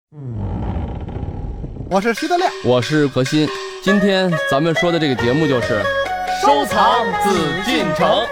我是徐德亮， 我是何鑫。今天咱们说的这个节目就是收藏紫禁城。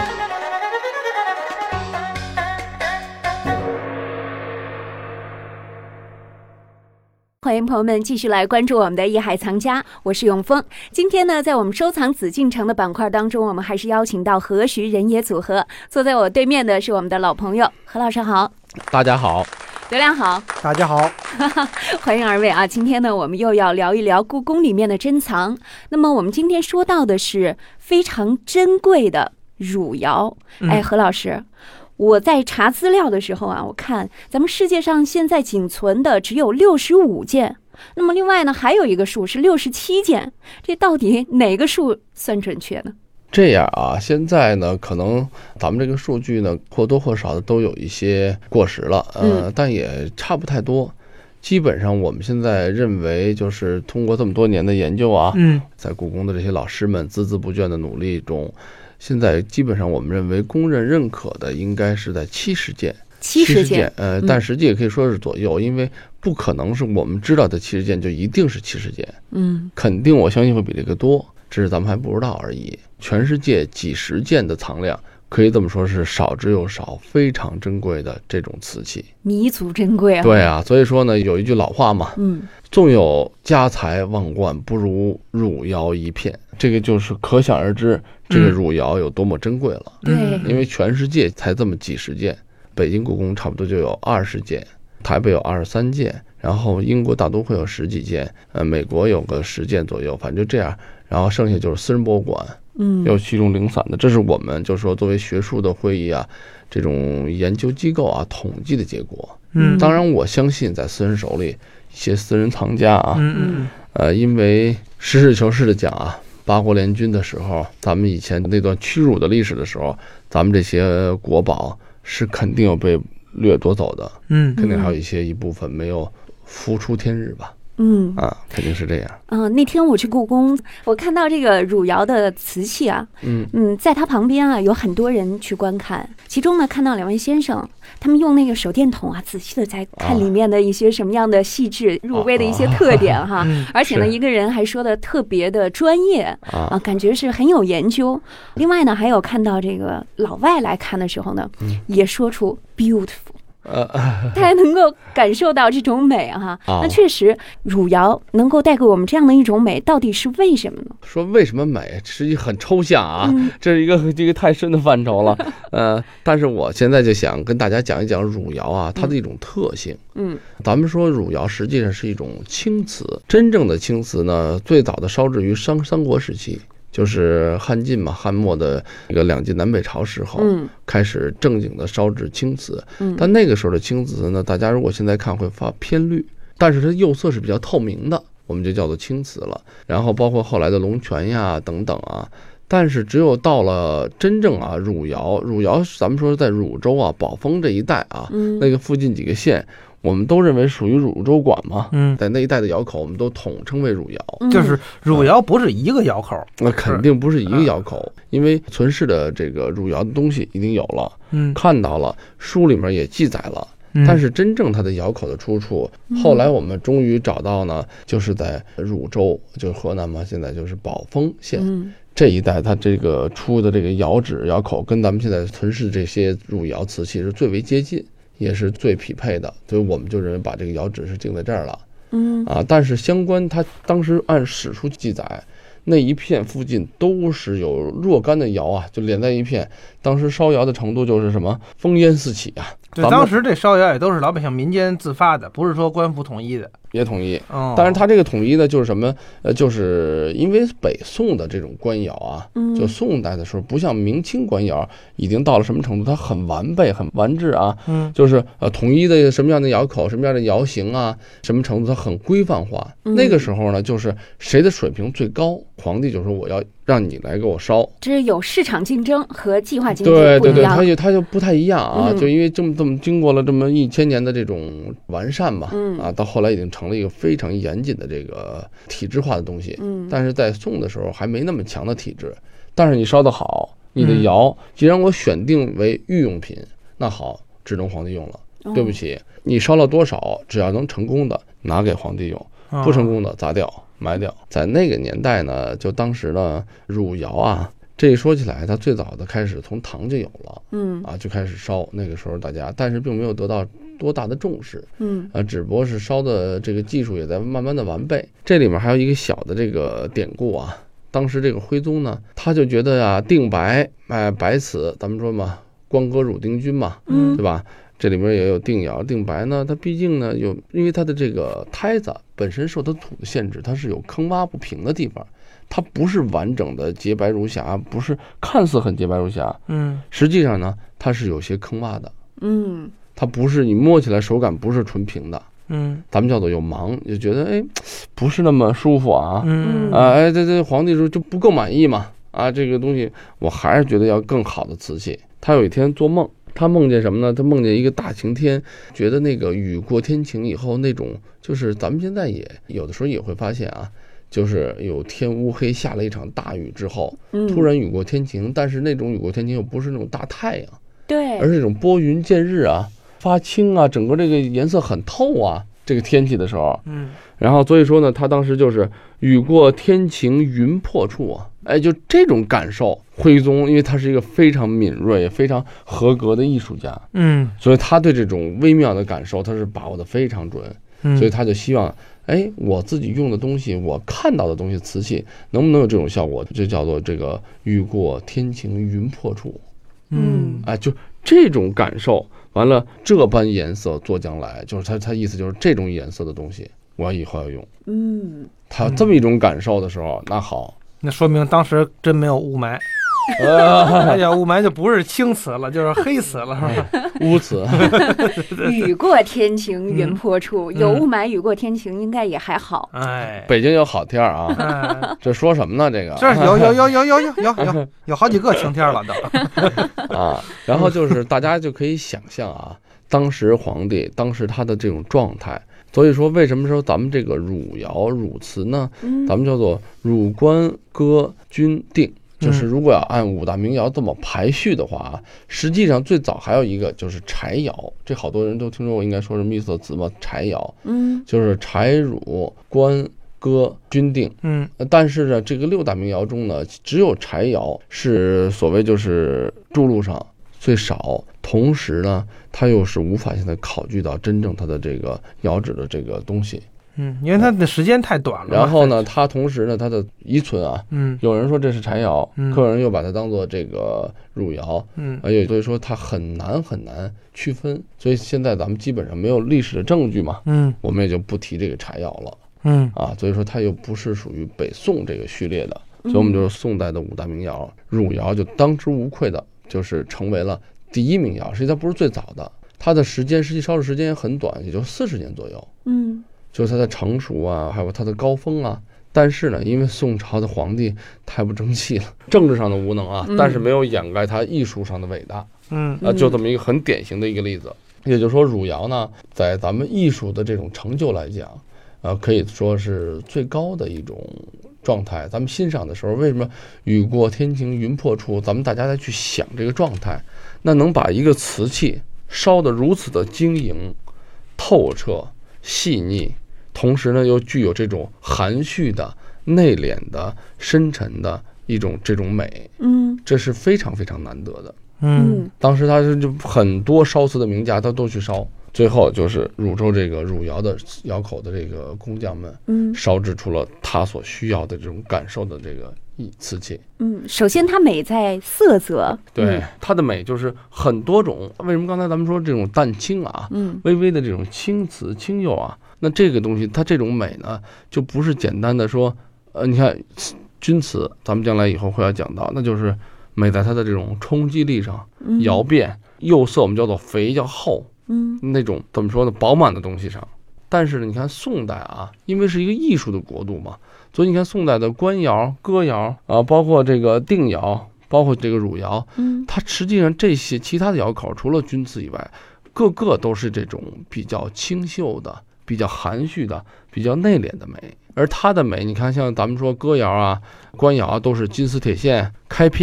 欢迎朋友们继续来关注我们的艺海藏家，我是永峰。今天呢，在我们收藏紫禁城的板块当中，我们还是邀请到何徐人也组合。坐在我对面的是我们的老朋友何老师好。 大家好。 德亮好。 大家好。 欢迎二位啊！今天呢，我们又要聊一聊故宫里面的珍藏。那么我们今天说到的是非常珍贵的汝窑。哎，何老师，我在查资料的时候啊，我看咱们世界上现在仅存的只有65件，那么另外呢还有一个数是67件，这到底哪个数算准确呢？ 这样啊，现在呢，可能咱们这个数据呢，或多或少的都有一些过时了，但也差不太多。基本上我们现在认为，就是通过这么多年的研究啊，在故宫的这些老师们孜孜不倦的努力中，现在基本上我们认为公认认可的应该是在70件。70件，但实际也可以说是左右，因为不可能是我们知道的70件就一定是70件，肯定我相信会比这个多，只是咱们还不知道而已。全世界几十件的藏量，可以这么说是少之又少，非常珍贵的这种瓷器， 弥足珍贵啊。 对啊，所以说呢，有一句老话嘛，纵有家财万贯，不如汝窑一片。这个就是可想而知，这个汝窑有多么珍贵了。 对， 因为全世界才这么几十件，北京故宫差不多就有20件，台北有23件，然后英国大都会有10几件，美国有个10件左右，反正就这样。然后剩下就是私人博物馆，有虚荣零散的，这是我们就是说作为学术的会议啊，这种研究机构啊统计的结果。当然我相信在私人手里，一些私人藏家啊，因为实事求是的讲啊，八国联军的时候，咱们以前那段屈辱的历史的时候，咱们这些国宝是肯定有被掠夺走的，肯定还有一部分没有浮出天日吧。肯定是这样。 那天我去故宫，我看到这个汝窑的瓷器啊，在它旁边啊有很多人去观看，其中呢看到2位先生，他们用那个手电筒啊，仔细的在看里面的一些什么样的细致入微的一些特点哈，而且呢一个人还说的特别的专业啊，感觉是很有研究。另外呢，还有看到这个老外来看的时候呢，也说出 beautiful。他还能够感受到这种美哈，那确实汝窑能够带给我们这样的一种美，到底是为什么呢？ 说为什么美，实际很抽象啊，这是一个太深的范畴了。但是我现在就想跟大家讲一讲汝窑啊，它的一种特性。咱们说汝窑实际上是一种青瓷，真正的青瓷呢，最早的烧制于三国时期。就是汉晋嘛，汉末的这个两晋南北朝时候，开始正经的烧制青瓷。但那个时候的青瓷呢，大家如果现在看会发偏绿，但是它釉色是比较透明的，我们就叫做青瓷了。然后包括后来的龙泉呀等等啊，但是只有到了真正啊汝窑，咱们说在汝州啊宝丰这一带啊，那个附近几个县。我们都认为属于汝州管嘛，在那一带的窑口，我们都统称为汝窑。 就是汝窑不是一个窑口， 那肯定不是一个窑口，因为存世的这个汝窑的东西已经有了，看到了，书里面也记载了，但是真正它的窑口的出处，后来我们终于找到呢，就是在汝州，就是河南嘛，现在就是宝丰县。这一带它这个出的这个窑址窑口，跟咱们现在存世这些汝窑瓷器是最为接近。也是最匹配的，所以我们就认为把这个窑址是定在这儿了。但是相关它当时按史书记载，那一片附近都是有若干的窑啊，就连在一片。当时烧窑的程度就是什么烽烟四起啊。 对，当时这烧窑也都是老百姓民间自发的，不是说官府统一的。 也统一，但是它这个统一呢，就是什么？就是因为北宋的这种官窑啊，就宋代的时候，不像明清官窑已经到了什么程度，它很完备、很完治啊，就是统一的什么样的窑口、什么样的窑型啊，什么程度它很规范化。那个时候呢，就是谁的水平最高，皇帝就说我要让你来给我烧。 这是有市场竞争和计划经济不一样。 对，它就不太一样啊，就因为这么经过了这么1000年的这种完善吧，到后来已经成了一个非常严谨的这个体制化的东西。但是在宋的时候还没那么强的体制，但是你烧得好，你的窑既然我选定为御用品，那好，只能皇帝用了。 对不起，你烧了多少，只要能成功的拿给皇帝用，不成功的砸掉埋掉。在那个年代呢，就当时呢汝窑啊，这一说起来，它最早的开始从唐就有了，就开始烧。那个时候大家，但是并没有得到多大的重视，只不过是烧的这个技术也在慢慢的完备。这里面还有一个小的这个典故啊，当时这个徽宗呢，他就觉得呀，定白，白瓷，咱们说嘛，光格汝丁钧嘛，对吧？这里面也有定窑、定白呢，它毕竟呢因为它的这个胎子本身受它土的限制，它是有坑洼不平的地方，它不是完整的洁白如霞，不是看似很洁白如霞，实际上呢，它是有些坑洼的，它不是你摸起来手感不是纯平的，咱们叫做有芒，就觉得不是那么舒服啊，这皇帝说就不够满意嘛，这个东西我还是觉得要更好的瓷器。他有一天做梦。他梦见什么呢？他梦见一个大晴天，觉得那个雨过天晴以后那种，就是咱们现在也有的时候也会发现啊，就是有天乌黑下了一场大雨之后，突然雨过天晴，但是那种雨过天晴又不是那种大太阳， 对， 而是那种拨云见日啊，发青啊，整个这个颜色很透啊，这个天气的时候，然后所以说呢，他当时就是雨过天晴云破处啊。就这种感受，徽宗因为他是一个非常敏锐、非常合格的艺术家，所以他对这种微妙的感受，他是把握的非常准，所以他就希望，我自己用的东西，我看到的东西，瓷器能不能有这种效果，就叫做这个雨过天晴云破处，就这种感受，完了这般颜色做将来，就是他意思就是这种颜色的东西，我要以后要用，他有这么一种感受的时候，那好。 那说明当时真没有雾霾，雾霾就不是青瓷了，就是黑瓷了，是吧？ 乌瓷。 雨过天晴云破处，有雾霾雨过天晴应该也还好。 北京有好天啊！这说什么呢？这个这有好几个晴天了都然后就是大家就可以想象啊，当时皇帝当时他的这种状态。所以说，为什么说咱们这个汝窑、汝瓷呢？咱们叫做汝官哥钧定，就是如果要按五大名窑这么排序的话，实际上最早还有一个就是柴窑，这好多人都听说过，应该说是密色瓷嘛，柴窑，就是柴汝官哥钧定，但是呢，这个六大名窑中呢，只有柴窑是所谓就是注录上最少，同时呢，它又是无法现在考据到真正它的这个窑址的这个东西， 因为它的时间太短了。 然后呢，它同时呢，它的遗存啊，有人说这是柴窑，个人又把它当做这个汝窑，所以说它很难区分，所以现在咱们基本上没有历史的证据嘛，我们也就不提这个柴窑了，所以说它又不是属于北宋这个序列的，所以我们就是宋代的五大名窑，汝窑就当之无愧的。就是成为了第一名窑，实际它不是最早的，它的时间实际烧的时间也很短，也就40年左右。就是它的成熟啊，还有它的高峰啊。但是呢，因为宋朝的皇帝太不争气了，政治上的无能啊，但是没有掩盖它艺术上的伟大。就这么一个很典型的一个例子。也就是说，汝窑呢，在咱们艺术的这种成就来讲，可以说是最高的一种状态。咱们欣赏的时候，为什么雨过天晴云破处，咱们大家再去想这个状态，那能把一个瓷器烧得如此的晶莹、透彻、细腻，同时呢又具有这种含蓄的、内敛的、深沉的一种这种美，这是非常非常难得的。当时他就很多烧瓷的名家他都去烧，最后就是汝州这个汝窑的窑口的这个工匠们，烧制出了他所需要的这种感受的这个瓷器。 首先它美在色泽， 对，它的美就是很多种。为什么刚才咱们说这种淡青啊，微微的这种青瓷青釉啊，那这个东西它这种美呢，就不是简单的说，你看钧瓷，咱们将来以后会要讲到，那就是美在它的这种冲击力上，窑变釉色我们叫做肥叫厚，那种怎么说呢，饱满的东西上。但是呢，你看宋代啊，因为是一个艺术的国度嘛，所以你看宋代的官窑、哥窑啊，包括这个定窑，包括这个汝窑，它实际上这些其他的窑口，除了钧瓷以外，个个都是这种比较清秀的、比较含蓄的、比较内敛的美。而它的美，你看像咱们说哥窑啊、官窑啊，都是金丝铁线开片，它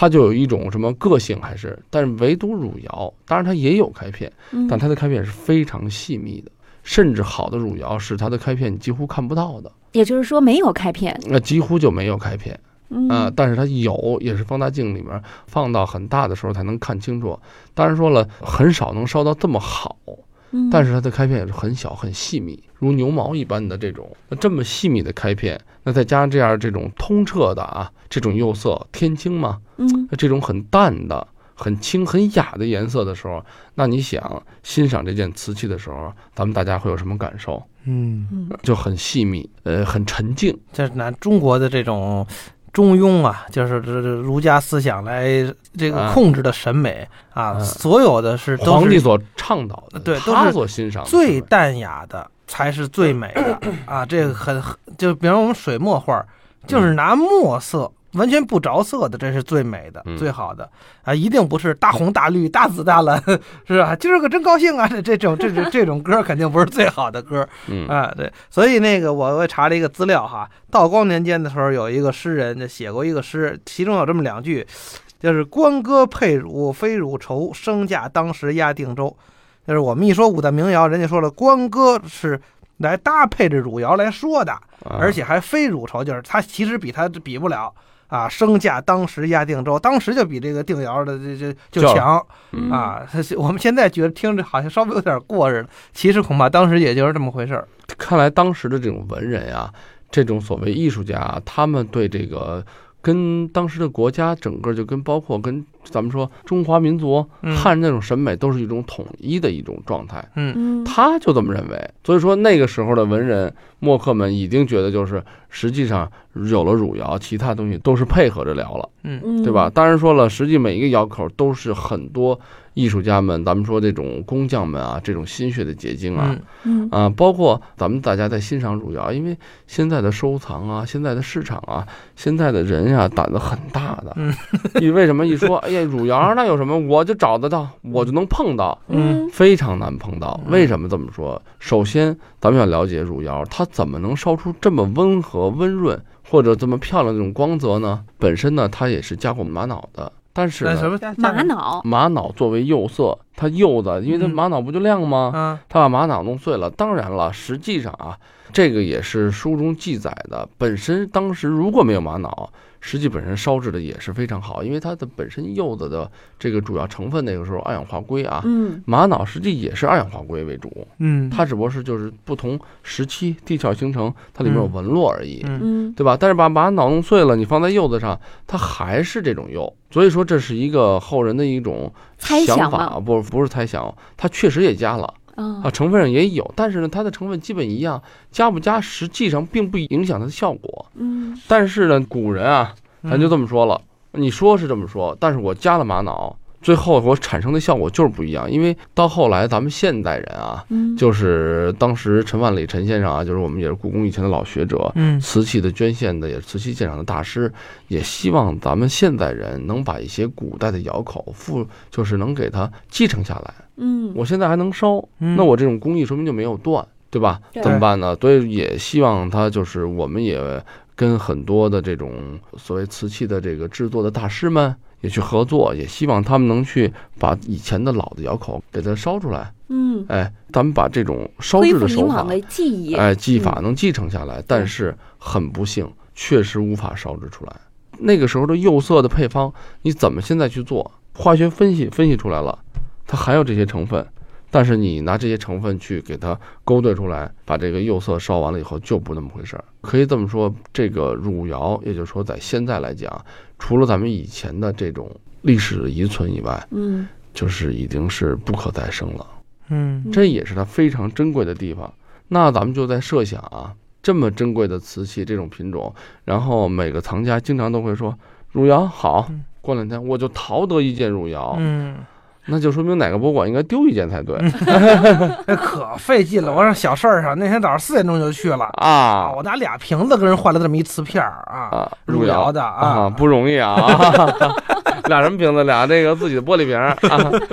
它就有一种什么个性还是，但是唯独汝窑，当然它也有开片，但它的开片是非常细密的，甚至好的汝窑是它的开片你几乎看不到的， 也就是说没有开片， 几乎就没有开片。但是它有，也是放大镜里面放到很大的时候才能看清楚。当然说了，很少能烧到这么好，但是它的开片也是很小很细密，如牛毛一般的这种。那这么细密的开片，那再加上这种通彻的这种釉色，天青嘛，这种很淡的、很轻、很雅的颜色的时候，那你想欣赏这件瓷器的时候，咱们大家会有什么感受？就很细密，很沉静。 这是拿中国的这种中庸就是这儒家思想来这个控制的审美所有的都是皇帝所倡导的， 对， 他所欣赏的最淡雅的才是最美的这个就比如我们水墨画，就是拿墨色完全不着色的，这是最美的、最好的一定不是大红大绿大紫大蓝，是吧？今儿个真高兴这种歌肯定不是最好的歌对。所以那个我查了一个资料道光年间的时候，有一个诗人就写过一个诗，其中有这么2句，就是官歌配汝非汝愁，升价当时压定州。就是我们一说五代名窑，人家说了官歌是来搭配着汝窑来说的，而且还非汝愁，就是它其实它比不了升价当时压定州，当时就比这个定窑的就强我们现在觉得听着好像稍微有点过似的，其实恐怕当时也就是这么回事儿。 看来当时的这种文人这种所谓艺术家他们对这个跟当时的国家整个就包括跟咱们说中华民族汉人那种审美都是一种统一的一种状态，他就这么认为。所以说那个时候的文人墨客们已经觉得，就是实际上有了汝窑，其他东西都是配合着聊了，对吧？当然说了，实际每一个窑口都是很多艺术家们，咱们说这种工匠们这种心血的结晶包括咱们大家在欣赏汝窑，因为现在的收藏现在的市场现在的人胆子很大的，你为什么一说汝窑那有什么，我就找得到，我就能碰到，非常难碰到。为什么这么说？首先咱们要了解汝窑它怎么能烧出这么温和温润或者这么漂亮的这种光泽呢？本身呢它也是加过玛瑙的，但是玛瑙作为釉色，它釉的，因为它玛瑙不就亮吗？它把玛瑙弄碎了。当然了，实际上这个也是书中记载的，本身当时如果没有玛瑙，实际本身烧制的也是非常好，因为它的本身釉子的这个主要成分那个时候二氧化硅玛瑙实际也是二氧化硅为主，它只不过是就是不同时期地壳形成，它里面有纹路而已，对吧？但是把玛瑙弄碎了，你放在釉子上，它还是这种釉。所以说这是一个后人的一种想法，不是猜想，它确实也加了。成分上也有，但是呢，它的成分基本一样，加不加实际上并不影响它的效果。但是呢，古人咱就这么说了，你说是这么说，但是我加了玛瑙，最后我产生的效果就是不一样。因为到后来咱们现代人就是当时陈万里陈先生就是我们也是故宫以前的老学者，瓷器的捐献的也是瓷器鉴赏的大师，也希望咱们现代人能把一些古代的窑口就是能给它继承下来。我现在还能烧，那我这种工艺说明就没有断，对吧？怎么办呢？所以也希望它就是我们也跟很多的这种所谓瓷器的这个制作的大师们也去合作，也希望他们能去把以前的老的窑口给它烧出来。咱们把这种烧制的手法、技法能继承下来，但是很不幸，确实无法烧制出来。那个时候的釉色的配方，你怎么现在去做？化学分析出来了，它含有这些成分，但是你拿这些成分去给它勾兑出来，把这个釉色烧完了以后就不那么回事儿。可以这么说，这个汝窑，也就是说在现在来讲，除了咱们以前的这种历史的遗存以外，就是已经是不可再生了。这也是它非常珍贵的地方。那咱们就在设想这么珍贵的瓷器这种品种，然后每个藏家经常都会说汝窑好，过2天我就淘得一件汝窑，那就说明哪个博物馆应该丢一件才对。 可费劲了，我上小事儿上，那天早上4点钟就去了我拿2瓶子跟人换了这么一瓷片汝窑的不容易俩什么瓶子？俩这个自己的玻璃瓶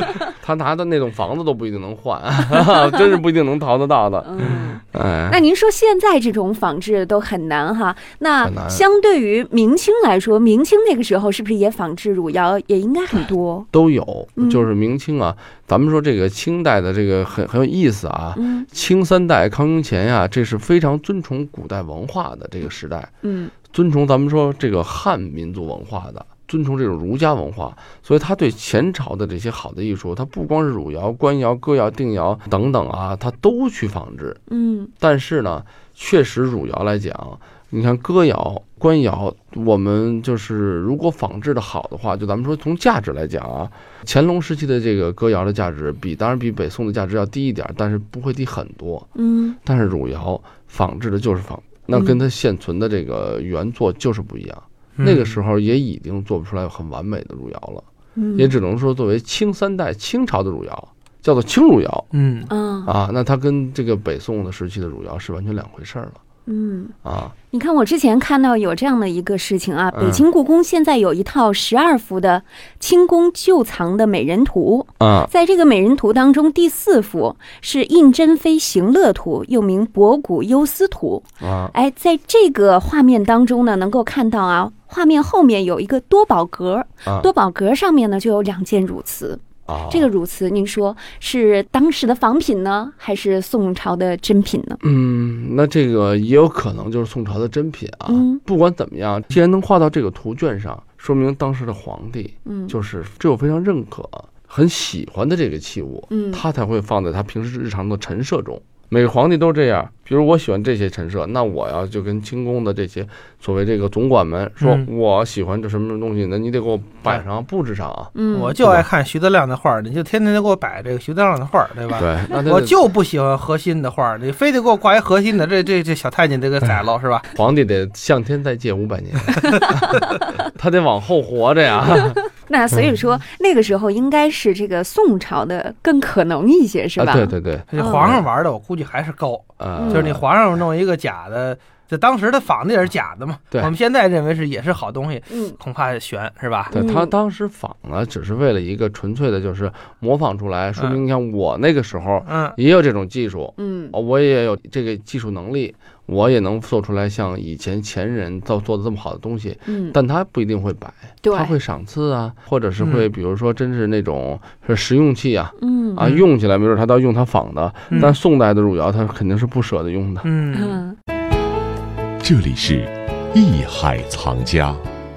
他拿的那栋房子都不一定能换，真是不一定能淘得到的。 那您说现在这种仿制都很难哈？那相对于明清来说，明清那个时候是不是也仿制汝窑也应该很多？ 都有，就是明清啊，咱们说这个清代的这个很有意思啊。清3代康雍乾呀，这是非常尊崇古代文化的这个时代。尊崇咱们说这个汉民族文化的。尊崇这种儒家文化，所以他对前朝的这些好的艺术，他不光是汝窑、官窑、歌窑、定窑等等啊，他都去仿制。但是呢，确实汝窑来讲，你看歌窑、官窑，我们就是如果仿制的好的话，就咱们说从价值来讲啊，乾隆时期的这个歌窑的价值当然比北宋的价值要低一点，但是不会低很多。但是汝窑仿制的就是仿，那跟它现存的这个原作就是不一样。那个时候也已经做不出来很完美的汝窑了，也只能说作为清3代清朝的汝窑，叫做清汝窑。那它跟这个北宋的时期的汝窑是完全两回事了。 你看我之前看到有这样的一个事情啊，北京故宫现在有一套12幅的清宫旧藏的美人图在这个美人图当中，第4幅是胤禛妃行乐图，又名博古幽思图。在这个画面当中呢，能够看到啊，画面后面有一个多宝格，多宝格上面呢就有2件汝瓷。这个汝瓷您说是当时的仿品呢，还是宋朝的真品呢？ 那这个也有可能就是宋朝的真品啊。不管怎么样，既然能画到这个图卷上，说明当时的皇帝就是只有非常认可、很喜欢的这个器物，他才会放在他平时日常的陈设中。每个皇帝都这样，比如我喜欢这些陈设，那我要就跟清宫的这些所谓这个总管们说，我喜欢这什么东西，那你得给我摆上布置上啊。 我就爱看徐德亮的画，你就天天得给我摆这个徐德亮的画，对吧？ 对， 我就不喜欢核心的画，你非得给我挂一核心的，这小太监得给宰了，是吧？ 皇帝得向天再借500年，他得往后活着呀。 那所以说那个时候应该是这个宋朝的更可能一些，是吧？ 对， 皇上玩的我估计还是高，就是你皇上弄一个假的，这当时他仿的也是假的嘛。我们现在认为也是好东西，恐怕悬，是吧？ 对，他当时仿呢，只是为了一个纯粹的，就是模仿出来，说明你看我那个时候也有这种技术，我也有这个技术能力，我也能做出来像以前前人做的这么好的东西，但他不一定会摆，他会赏赐啊，或者是会比如说真是那种是实用器啊，用起来没准他倒用他仿的，但宋代的汝窑他肯定是不舍得用的。 这里是艺海藏家。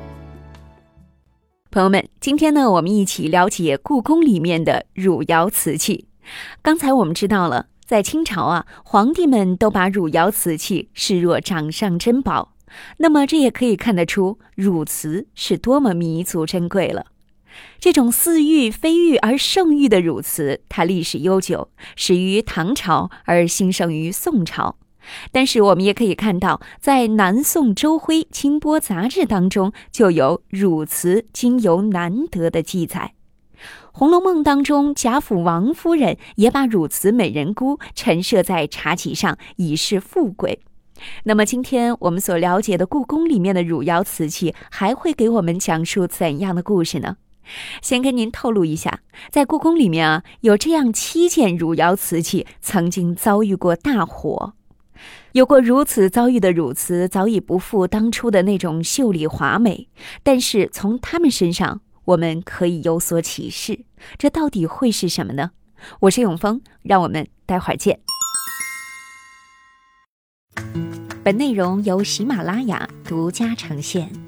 朋友们，今天呢，我们一起了解故宫里面的汝窑瓷器。刚才我们知道了，在清朝啊，皇帝们都把汝窑瓷器视若掌上珍宝，那么这也可以看得出汝瓷是多么弥足珍贵了。这种似玉非玉而胜玉的汝瓷，它历史悠久，始于唐朝而兴盛于宋朝。但是我们也可以看到，在南宋周辉清波杂志当中就有汝瓷经由难得的记载。红楼梦当中，贾府王夫人也把汝瓷美人菇陈设在茶几上，以示富贵。那么今天我们所了解的故宫里面的汝窑瓷器，还会给我们讲述怎样的故事呢？先跟您透露一下，在故宫里面啊，有这样7件汝窑瓷器曾经遭遇过大火。有过如此遭遇的汝瓷早已不复当初的那种秀丽华美，但是从他们身上我们可以有所启示，这到底会是什么呢？我是永峰，让我们待会儿见。本内容由喜马拉雅独家呈现。